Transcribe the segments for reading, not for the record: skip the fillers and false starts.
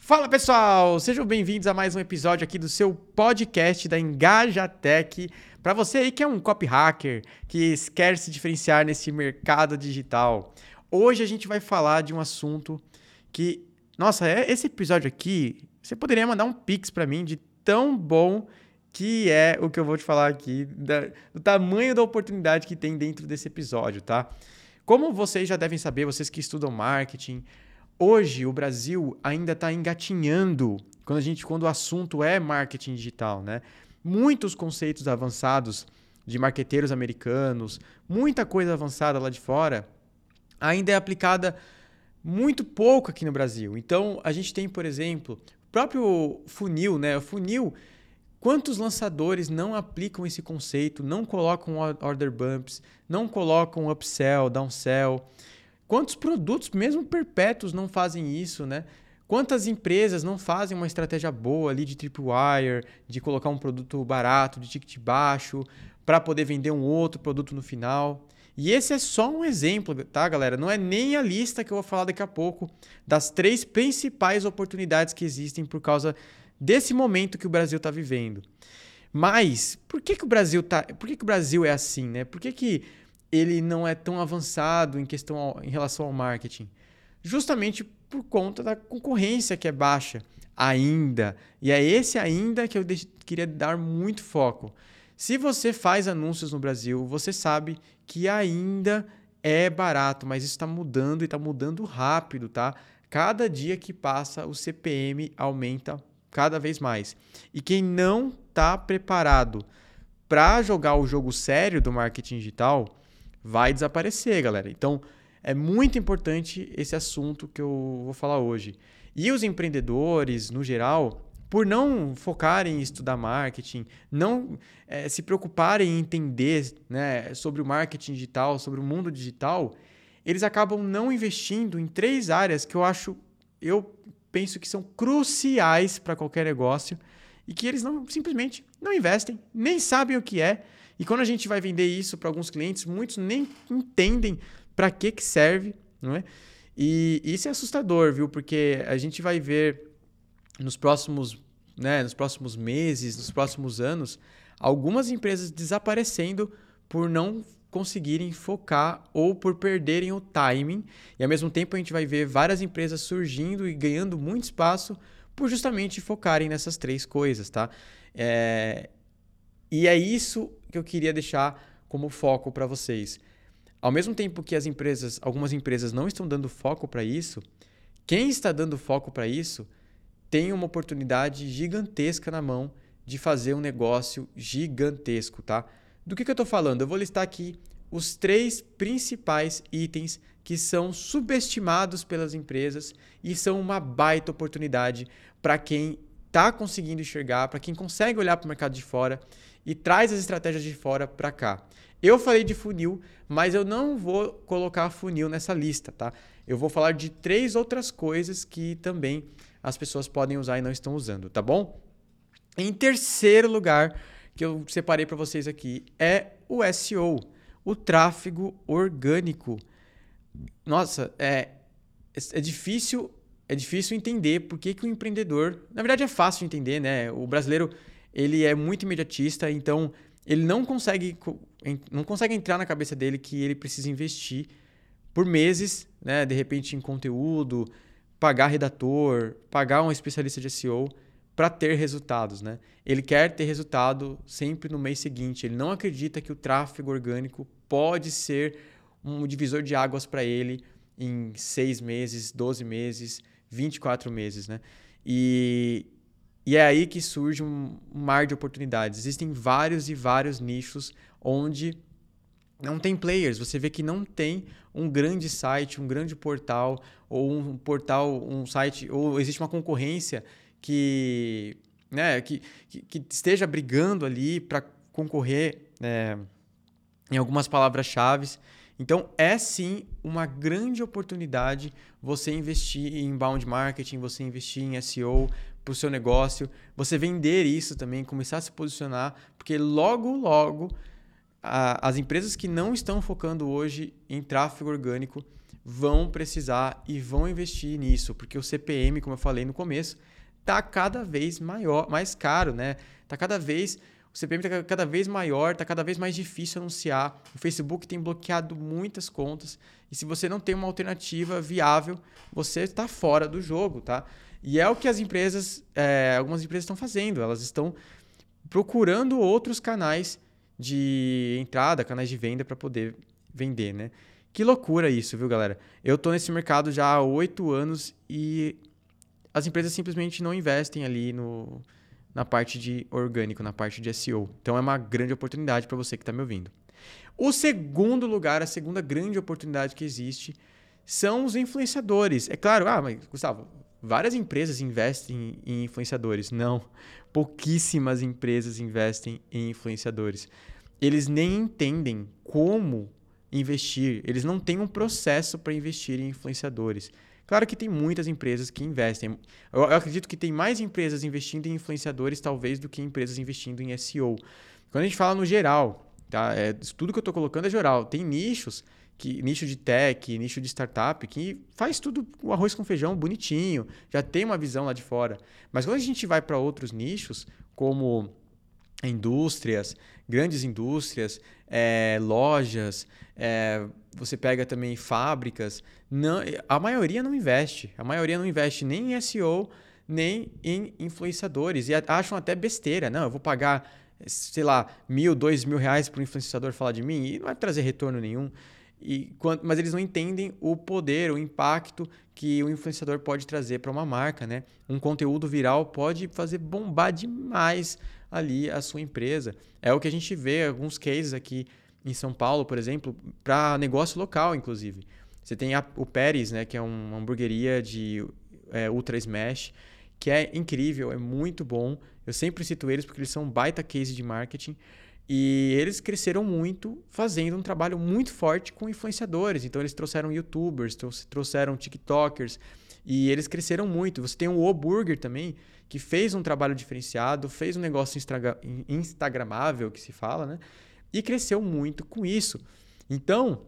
Fala pessoal, sejam bem-vindos a mais um episódio aqui do seu podcast da Engajatec. Para você aí que é um copy hacker, que quer se diferenciar nesse mercado digital. Hoje a gente vai falar de um assunto que, nossa, esse episódio aqui, você poderia mandar um pix para mim de tão bom que é o que eu vou te falar aqui, do tamanho da oportunidade que tem dentro desse episódio, tá? Como vocês já devem saber, vocês que estudam marketing, hoje, o Brasil ainda está engatinhando quando o assunto é marketing digital, né? Muitos conceitos avançados de marqueteiros americanos, muita coisa avançada lá de fora, ainda é aplicada muito pouco aqui no Brasil. Então, a gente tem, por exemplo, o próprio funil, né? O funil, quantos lançadores não aplicam esse conceito, não colocam order bumps, não colocam upsell, downsell? Quantos produtos, mesmo perpétuos, não fazem isso, né? Quantas empresas não fazem uma estratégia boa ali de tripwire, de colocar um produto barato, de ticket baixo, para poder vender um outro produto no final? E esse é só um exemplo, tá, galera? Não é nem a lista que eu vou falar daqui a pouco das 3 principais oportunidades que existem por causa desse momento que o Brasil está vivendo. Mas por que o Brasil é assim, né? Por que ele não é tão avançado em relação ao marketing? Justamente por conta da concorrência que é baixa ainda. E é esse ainda que eu queria dar muito foco. Se você faz anúncios no Brasil, você sabe que ainda é barato, mas isso está mudando e está mudando rápido, tá? Cada dia que passa, o CPM aumenta cada vez mais. E quem não está preparado para jogar o jogo sério do marketing digital vai desaparecer, galera. Então, é muito importante esse assunto que eu vou falar hoje. E os empreendedores, no geral, por não focarem em estudar marketing, não se preocuparem em entender, né, sobre o marketing digital, sobre o mundo digital, eles acabam não investindo em 3 áreas que eu penso que são cruciais para qualquer negócio e que eles simplesmente não investem, nem sabem o que é. E quando a gente vai vender isso para alguns clientes, muitos nem entendem para que serve, não é? E isso é assustador, viu? Porque a gente vai ver nos próximos meses, nos próximos anos, algumas empresas desaparecendo por não conseguirem focar ou por perderem o timing. E ao mesmo tempo a gente vai ver várias empresas surgindo e ganhando muito espaço por justamente focarem nessas 3 coisas, tá? E é isso que eu queria deixar como foco para vocês. Ao mesmo tempo que algumas empresas não estão dando foco para isso, quem está dando foco para isso tem uma oportunidade gigantesca na mão de fazer um negócio gigantesco, tá? Do que eu estou falando? Eu vou listar aqui os 3 principais itens que são subestimados pelas empresas e são uma baita oportunidade para quem está conseguindo enxergar, para quem consegue olhar para o mercado de fora e traz as estratégias de fora para cá. Eu falei de funil, mas eu não vou colocar funil nessa lista, tá? Eu vou falar de 3 outras coisas que também as pessoas podem usar e não estão usando, tá bom? Em terceiro lugar, que eu separei para vocês aqui, é o SEO, o tráfego orgânico. Nossa, é difícil entender por que o empreendedor... Na verdade, é fácil de entender, né? O brasileiro, ele é muito imediatista, então ele não consegue entrar na cabeça dele que ele precisa investir por meses, né? De repente, em conteúdo, pagar redator, pagar um especialista de SEO para ter resultados, né? Ele quer ter resultado sempre no mês seguinte. Ele não acredita que o tráfego orgânico pode ser um divisor de águas para ele em 6 meses, 12 meses, 24 meses, né? E é aí que surge um mar de oportunidades. Existem vários e vários nichos onde não tem players. Você vê que não tem um grande site, um grande portal, ou um site, ou existe uma concorrência que esteja brigando ali para concorrer em algumas palavras-chave. Então, é sim uma grande oportunidade você investir em inbound marketing, você investir em SEO para o seu negócio, você vender isso também, começar a se posicionar, porque logo as empresas que não estão focando hoje em tráfego orgânico vão precisar e vão investir nisso, porque o CPM, como eu falei no começo, está cada vez maior, mais caro, né? O CPM está cada vez maior, está cada vez mais difícil anunciar. O Facebook tem bloqueado muitas contas e se você não tem uma alternativa viável, você está fora do jogo, tá? E é o que algumas empresas estão fazendo. Elas estão procurando outros canais de entrada, canais de venda para poder vender, né? Que loucura isso, viu, galera? Eu tô nesse mercado já há 8 anos e as empresas simplesmente não investem ali na parte de orgânico, na parte de SEO. Então é uma grande oportunidade para você que está me ouvindo. O segundo lugar, a segunda grande oportunidade que existe são os influenciadores. É claro, mas Gustavo, várias empresas investem em influenciadores. Não, pouquíssimas empresas investem em influenciadores. Eles nem entendem como investir, eles não têm um processo para investir em influenciadores. Claro que tem muitas empresas que investem. Eu acredito que tem mais empresas investindo em influenciadores, talvez, do que empresas investindo em SEO. Quando a gente fala no geral, tá? Tudo que eu estou colocando é geral. Tem nicho de tech, nicho de startup, que faz tudo o arroz com feijão bonitinho, já tem uma visão lá de fora. Mas quando a gente vai para outros nichos, como indústrias, grandes indústrias, lojas, você pega também fábricas, a maioria não investe. A maioria não investe nem em SEO, nem em influenciadores. E acham até besteira. Não, eu vou pagar, sei lá, R$1.000, R$2.000 para um influenciador falar de mim e não vai trazer retorno nenhum. Mas eles não entendem o poder, o impacto que o influenciador pode trazer para uma marca, né? Um conteúdo viral pode fazer bombar demais ali a sua empresa. É o que a gente vê alguns cases aqui em São Paulo, por exemplo, para negócio local, inclusive. Você tem o Pérez, né, que é uma hamburgueria de Ultra Smash, que é incrível, é muito bom. Eu sempre cito eles porque eles são um baita case de marketing. E eles cresceram muito fazendo um trabalho muito forte com influenciadores. Então, eles trouxeram YouTubers, trouxeram TikTokers e eles cresceram muito. Você tem o O Burger também, que fez um trabalho diferenciado, fez um negócio instagramável, que se fala, né? E cresceu muito com isso. Então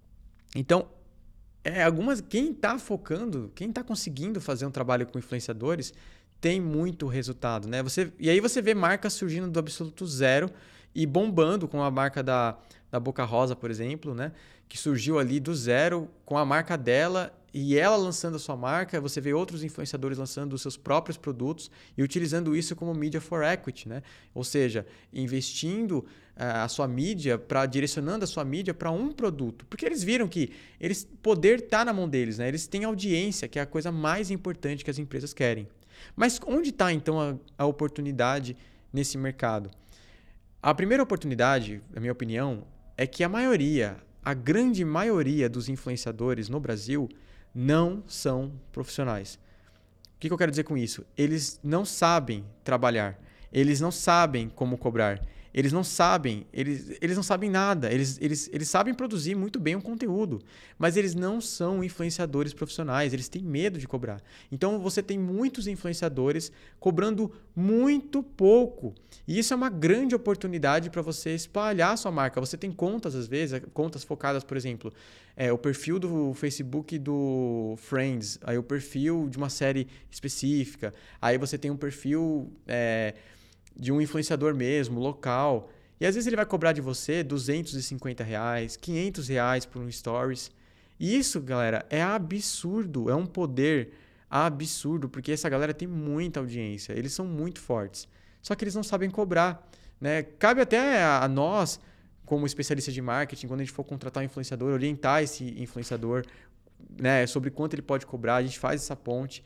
quem está focando, quem está conseguindo fazer um trabalho com influenciadores, tem muito resultado, né? E aí você vê marcas surgindo do absoluto zero e bombando, com a marca da Boca Rosa, por exemplo, né? Que surgiu ali do zero com a marca dela e ela lançando a sua marca. Você vê outros influenciadores lançando os seus próprios produtos e utilizando isso como media for equity, né? Ou seja, investindo a sua mídia, direcionando a sua mídia para um produto. Porque eles viram que poder está na mão deles, né? Eles têm audiência, que é a coisa mais importante que as empresas querem. Mas onde está, então, a oportunidade nesse mercado? A primeira oportunidade, na minha opinião, é que a grande maioria dos influenciadores no Brasil não são profissionais. O que eu quero dizer com isso? Eles não sabem trabalhar, eles não sabem como cobrar, eles não sabem nada, eles sabem produzir muito bem um conteúdo, mas eles não são influenciadores profissionais, eles têm medo de cobrar. Então você tem muitos influenciadores cobrando muito pouco, e isso é uma grande oportunidade para você espalhar a sua marca. Você tem contas, às vezes, contas focadas, por exemplo, o perfil do Facebook do Friends, aí o perfil de uma série específica, aí você tem um perfil de um influenciador mesmo, local. E às vezes ele vai cobrar de você R$250, R$500 por um stories. E isso, galera, é absurdo. É um poder absurdo, porque essa galera tem muita audiência. Eles são muito fortes. Só que eles não sabem cobrar, né? Cabe até a nós, como especialistas de marketing, quando a gente for contratar um influenciador, orientar esse influenciador, né, sobre quanto ele pode cobrar. A gente faz essa ponte.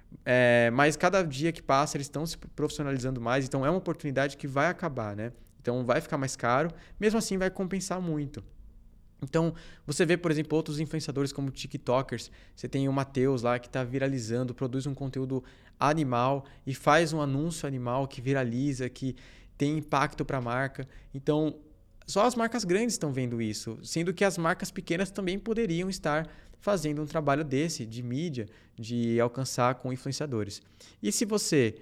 Mas cada dia que passa eles estão se profissionalizando mais, então é uma oportunidade que vai acabar, né? Então vai ficar mais caro, mesmo assim vai compensar muito. Então você vê, por exemplo, outros influenciadores como TikTokers, você tem o Matheus lá que está viralizando, produz um conteúdo animal e faz um anúncio animal que viraliza, que tem impacto para a marca. Então só as marcas grandes estão vendo isso, sendo que as marcas pequenas também poderiam estar fazendo um trabalho desse, de mídia, de alcançar com influenciadores. E se você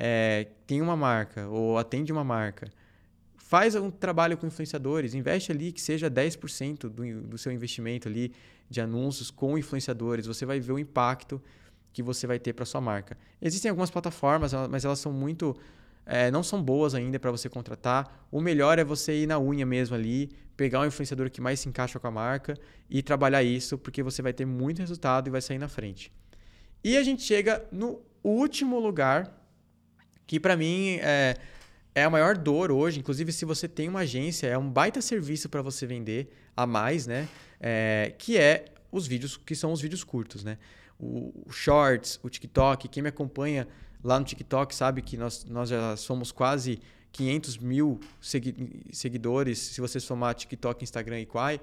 tem uma marca ou atende uma marca, faz um trabalho com influenciadores, investe ali que seja 10% do seu investimento ali de anúncios com influenciadores, você vai ver o impacto que você vai ter para sua marca. Existem algumas plataformas, mas elas são muito... não são boas ainda para você contratar. O melhor é você ir na unha mesmo ali, pegar um influenciador que mais se encaixa com a marca e trabalhar isso, porque você vai ter muito resultado e vai sair na frente. E a gente chega no último lugar, que para mim é a maior dor hoje. Inclusive, se você tem uma agência, é um baita serviço para você vender a mais, né? Que os vídeos, que são os vídeos curtos, né? O Shorts, o TikTok. Quem me acompanha lá no TikTok sabe que nós já somos quase 500 mil seguidores, se você somar TikTok, Instagram e Quai.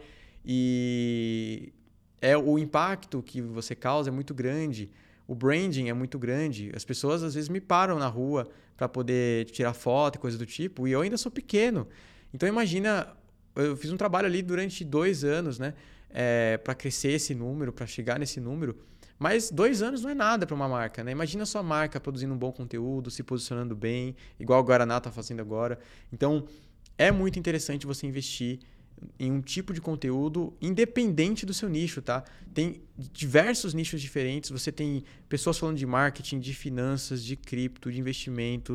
E o impacto que você causa é muito grande. O branding é muito grande. As pessoas às vezes me param na rua para poder tirar foto e coisa do tipo, e eu ainda sou pequeno. Então imagina, eu fiz um trabalho ali durante 2 anos, né, para crescer esse número, para chegar nesse número. Mas 2 anos não é nada para uma marca, né? Imagina a sua marca produzindo um bom conteúdo, se posicionando bem, igual o Guaraná está fazendo agora. Então é muito interessante você investir em um tipo de conteúdo independente do seu nicho, tá? Tem diversos nichos diferentes. Você tem pessoas falando de marketing, de finanças, de cripto, de investimento,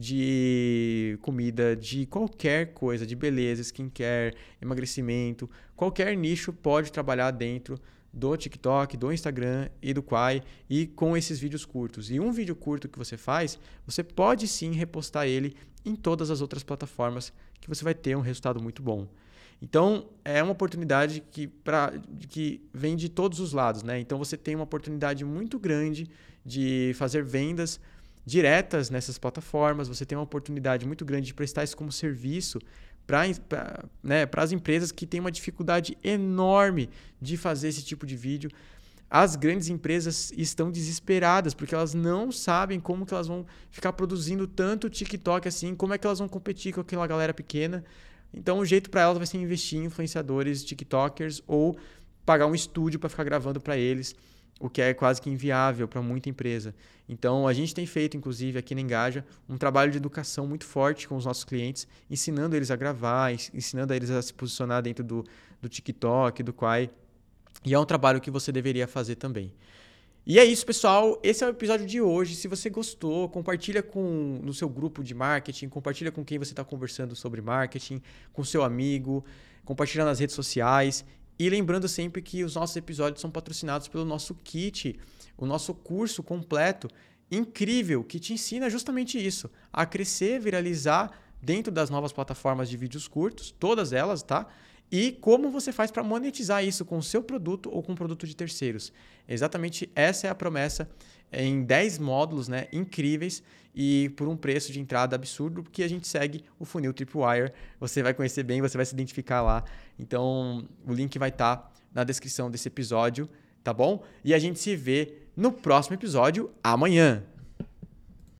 de comida, de qualquer coisa, de beleza, skincare, emagrecimento. Qualquer nicho pode trabalhar dentro do TikTok, do Instagram e do Quai, e com esses vídeos curtos. E um vídeo curto que você faz, você pode sim repostar ele em todas as outras plataformas, que você vai ter um resultado muito bom. Então, é uma oportunidade que vem de todos os lados, né? Então, você tem uma oportunidade muito grande de fazer vendas diretas nessas plataformas, você tem uma oportunidade muito grande de prestar isso como serviço para as empresas que têm uma dificuldade enorme de fazer esse tipo de vídeo. As grandes empresas estão desesperadas porque elas não sabem como que elas vão ficar produzindo tanto TikTok assim, como é que elas vão competir com aquela galera pequena. Então, o jeito para elas vai ser investir em influenciadores, TikTokers, ou pagar um estúdio para ficar gravando para eles, o que é quase que inviável para muita empresa. Então, a gente tem feito, inclusive, aqui na Engaja, um trabalho de educação muito forte com os nossos clientes, ensinando eles a gravar, ensinando eles a se posicionar dentro do TikTok, do Quai. E é um trabalho que você deveria fazer também. E é isso, pessoal. Esse é o episódio de hoje. Se você gostou, compartilha no seu grupo de marketing, compartilha com quem você está conversando sobre marketing, com seu amigo, compartilha nas redes sociais. E lembrando sempre que os nossos episódios são patrocinados pelo nosso kit, o nosso curso completo, incrível, que te ensina justamente isso, a crescer, viralizar dentro das novas plataformas de vídeos curtos, todas elas, tá? E como você faz para monetizar isso com o seu produto ou com o produto de terceiros. Exatamente essa é a promessa em 10 módulos, né, incríveis e por um preço de entrada absurdo, porque a gente segue o funil Tripwire. Você vai conhecer bem, você vai se identificar lá. Então, o link vai estar na descrição desse episódio, tá bom? E a gente se vê no próximo episódio amanhã.